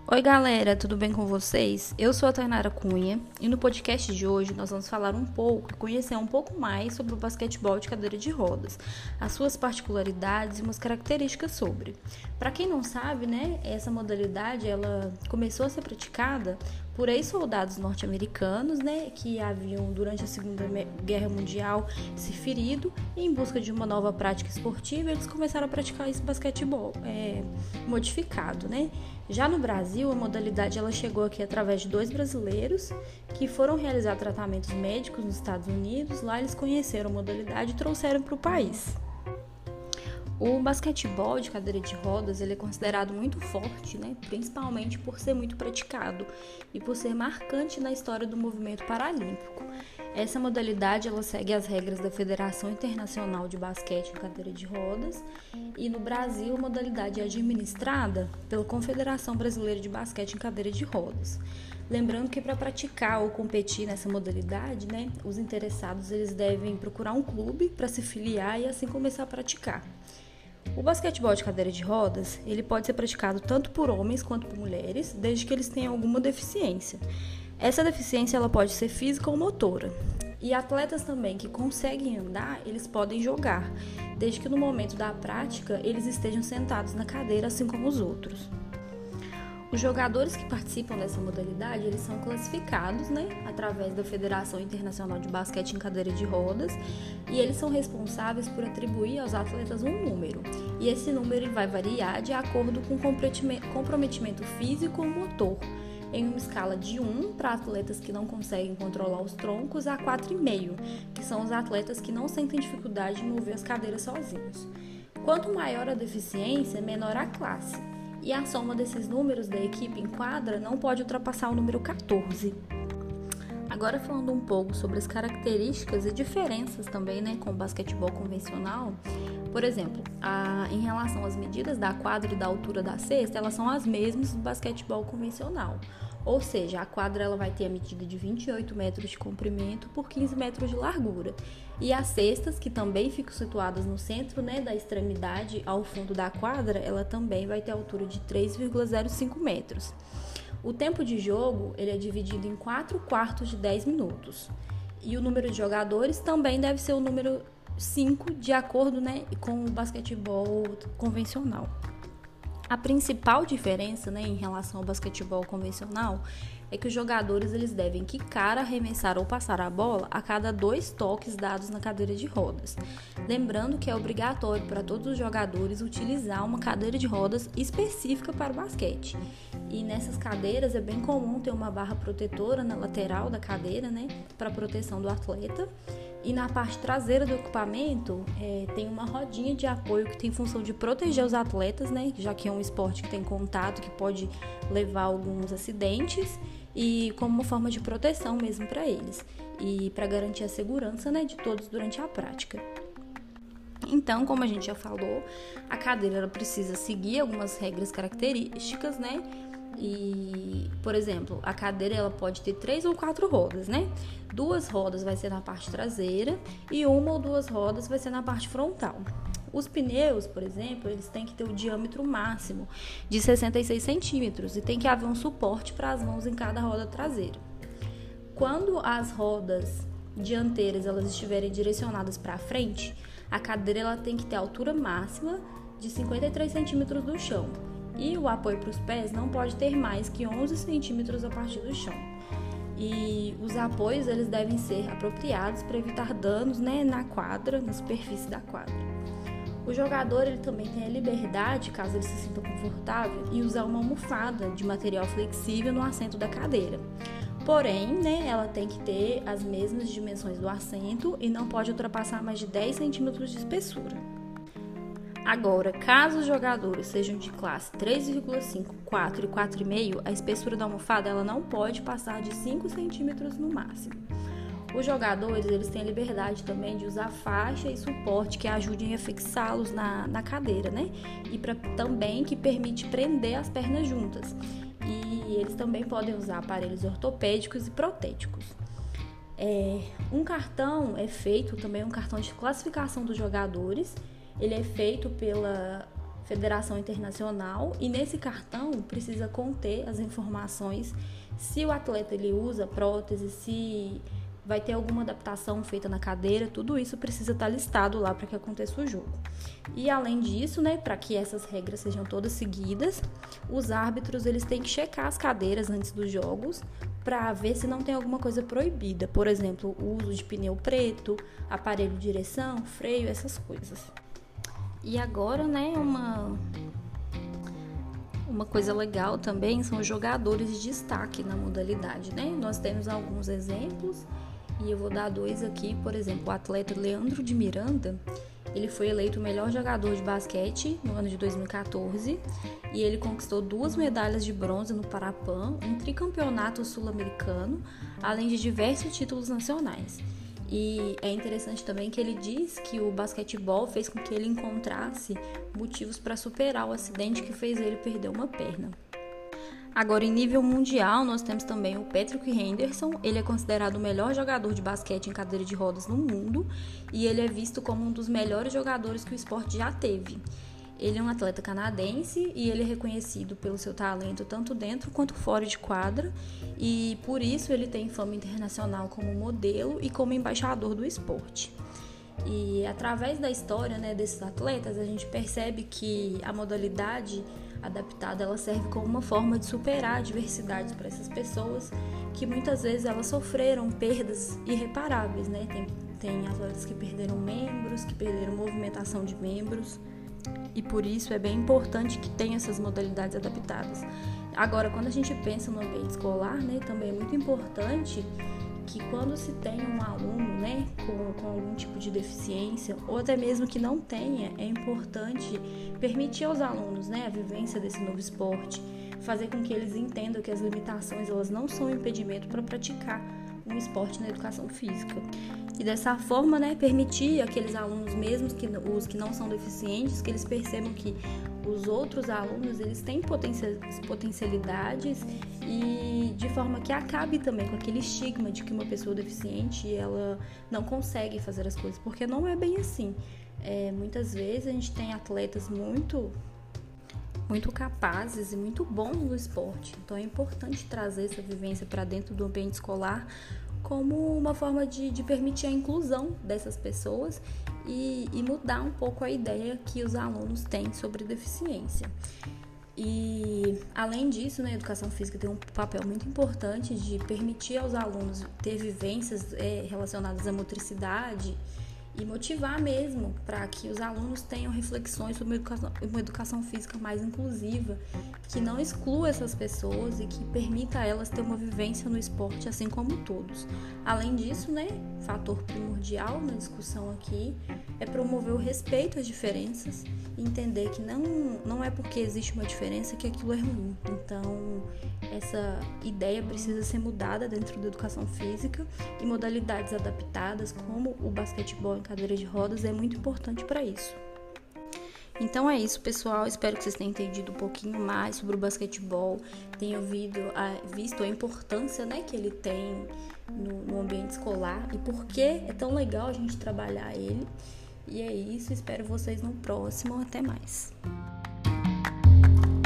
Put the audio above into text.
Oi galera, tudo bem com vocês? Eu sou a Tainara Cunha e no podcast de hoje nós vamos falar conhecer um pouco mais sobre o basquetebol de cadeira de rodas, as suas particularidades e umas características sobre. Para quem não sabe, essa modalidade ela começou a ser praticada por ex-soldados norte-americanos, que haviam durante a Segunda Guerra Mundial se ferido e em busca de uma nova prática esportiva eles começaram a praticar esse basquetebol modificado, Já no Brasil, a modalidade ela chegou aqui através de 2 brasileiros que foram realizar tratamentos médicos nos Estados Unidos. Lá eles conheceram a modalidade e trouxeram para o país. O basquetebol de cadeira de rodas ele é considerado muito forte, principalmente por ser muito praticado e por ser marcante na história do movimento paralímpico. Essa modalidade ela segue as regras da Federação Internacional de Basquete em Cadeira de Rodas e no Brasil a modalidade é administrada pela Confederação Brasileira de Basquete em Cadeira de Rodas. Lembrando que para praticar ou competir nessa modalidade, os interessados eles devem procurar um clube para se filiar e assim começar a praticar. O basquetebol de cadeira de rodas, ele pode ser praticado tanto por homens quanto por mulheres, desde que eles tenham alguma deficiência. Essa deficiência ela pode ser física ou motora. E atletas também que conseguem andar, eles podem jogar, desde que no momento da prática eles estejam sentados na cadeira, assim como os outros. Os jogadores que participam dessa modalidade, eles são classificados, através da Federação Internacional de Basquete em Cadeira de Rodas, e eles são responsáveis por atribuir aos atletas um número. E esse número ele vai variar de acordo com o comprometimento físico ou motor, em uma escala de 1 para atletas que não conseguem controlar os troncos a 4,5, que são os atletas que não sentem dificuldade em mover as cadeiras sozinhos. Quanto maior a deficiência, menor a classe. E a soma desses números da equipe em quadra não pode ultrapassar o número 14. Agora falando um pouco sobre as características e diferenças também, com o basquetebol convencional. Por exemplo, em relação às medidas da quadra e da altura da cesta, elas são as mesmas do basquetebol convencional. Ou seja, a quadra ela vai ter a medida de 28 metros de comprimento por 15 metros de largura. E as cestas, que também ficam situadas no centro da extremidade ao fundo da quadra, ela também vai ter a altura de 3,05 metros. O tempo de jogo ele é dividido em 4 quartos de 10 minutos. E o número de jogadores também deve ser o número 5, de acordo com o basquetebol convencional. A principal diferença em relação ao basquetebol convencional é que os jogadores eles devem quicar, arremessar ou passar a bola a cada 2 toques dados na cadeira de rodas. Lembrando que é obrigatório para todos os jogadores utilizar uma cadeira de rodas específica para o basquete. E nessas cadeiras é bem comum ter uma barra protetora na lateral da cadeira, para proteção do atleta. E na parte traseira do equipamento tem uma rodinha de apoio que tem função de proteger os atletas, já que é um esporte que tem contato, que pode levar a alguns acidentes, e como uma forma de proteção mesmo para eles, e para garantir a segurança de todos durante a prática. Então, como a gente já falou, a cadeira ela precisa seguir algumas regras características, E, por exemplo, a cadeira ela pode ter 3 ou 4 rodas, 2 rodas vai ser na parte traseira e 1 ou 2 rodas vai ser na parte frontal. Os pneus, por exemplo, eles têm que ter o diâmetro máximo de 66 centímetros e tem que haver um suporte para as mãos em cada roda traseira. Quando as rodas dianteiras elas estiverem direcionadas para frente, a cadeira ela tem que ter a altura máxima de 53 centímetros do chão. E o apoio para os pés não pode ter mais que 11 centímetros a partir do chão. E os apoios eles devem ser apropriados para evitar danos na quadra, na superfície da quadra. O jogador ele também tem a liberdade, caso ele se sinta confortável, em usar uma almofada de material flexível no assento da cadeira. Porém, ela tem que ter as mesmas dimensões do assento e não pode ultrapassar mais de 10 centímetros de espessura. Agora, caso os jogadores sejam de classe 3,5, 4 e 4,5, a espessura da almofada ela não pode passar de 5 centímetros no máximo. Os jogadores eles têm a liberdade também de usar faixa e suporte que ajudem a fixá-los na cadeira, E também que permite prender as pernas juntas. E eles também podem usar aparelhos ortopédicos e protéticos. Um cartão é feito também, um cartão de classificação dos jogadores. Ele é feito pela federação internacional, e nesse cartão precisa conter as informações se o atleta ele usa prótese, se vai ter alguma adaptação feita na cadeira, tudo isso precisa estar listado lá para que aconteça o jogo. E além disso, né, para que essas regras sejam todas seguidas, os árbitros eles têm que checar as cadeiras antes dos jogos para ver se não tem alguma coisa proibida, por exemplo, o uso de pneu preto, aparelho de direção, freio, essas coisas. E agora, né, uma coisa legal também são os jogadores de destaque na modalidade, né? Nós temos alguns exemplos e eu vou dar 2 aqui. Por exemplo, o atleta Leandro de Miranda, ele foi eleito o melhor jogador de basquete no ano de 2014 e ele conquistou 2 medalhas de bronze no Parapan, um tricampeonato sul-americano, além de diversos títulos nacionais. E é interessante também que ele diz que o basquetebol fez com que ele encontrasse motivos para superar o acidente que fez ele perder uma perna. Agora, em nível mundial, nós temos também o Patrick Henderson. Ele é considerado o melhor jogador de basquete em cadeira de rodas no mundo e ele é visto como um dos melhores jogadores que o esporte já teve. Ele é um atleta canadense e ele é reconhecido pelo seu talento tanto dentro quanto fora de quadra e por isso ele tem fama internacional como modelo e como embaixador do esporte. E através da história, né, desses atletas, a gente percebe que a modalidade adaptada ela serve como uma forma de superar adversidades para essas pessoas que muitas vezes elas sofreram perdas irreparáveis, né? Tem atletas que perderam membros, que perderam movimentação de membros. E por isso é bem importante que tenha essas modalidades adaptadas. Agora, quando a gente pensa no ambiente escolar, né, também é muito importante que quando se tem um aluno, né, com algum tipo de deficiência, ou até mesmo que não tenha, é importante permitir aos alunos, né, a vivência desse novo esporte, fazer com que eles entendam que as limitações elas não são um impedimento para praticar um esporte na educação física. E dessa forma, né, permitir aqueles alunos mesmos, os que não são deficientes, que eles percebam que os outros alunos, eles têm potencialidades e de forma que acabe também com aquele estigma de que uma pessoa deficiente, ela não consegue fazer as coisas, porque não é bem assim. Muitas vezes a gente tem atletas muito capazes e muito bons no esporte. Então é importante trazer essa vivência para dentro do ambiente escolar como uma forma de permitir a inclusão dessas pessoas e mudar um pouco a ideia que os alunos têm sobre deficiência. E, além disso, né, a educação física tem um papel muito importante de permitir aos alunos ter vivências relacionadas à motricidade e motivar mesmo para que os alunos tenham reflexões sobre uma educação física mais inclusiva, que não exclua essas pessoas e que permita a elas ter uma vivência no esporte assim como todos. Além disso, né, fator primordial na discussão aqui é promover o respeito às diferenças e entender que não é porque existe uma diferença que aquilo é ruim. Então, essa ideia precisa ser mudada dentro da educação física e modalidades adaptadas como o basquetebol em cadeira de rodas é muito importante para isso. Então é isso, pessoal. Espero que vocês tenham entendido um pouquinho mais sobre o basquetebol, tenham visto a importância, né, que ele tem no ambiente escolar e por que é tão legal a gente trabalhar ele. E é isso, espero vocês no próximo. Até mais.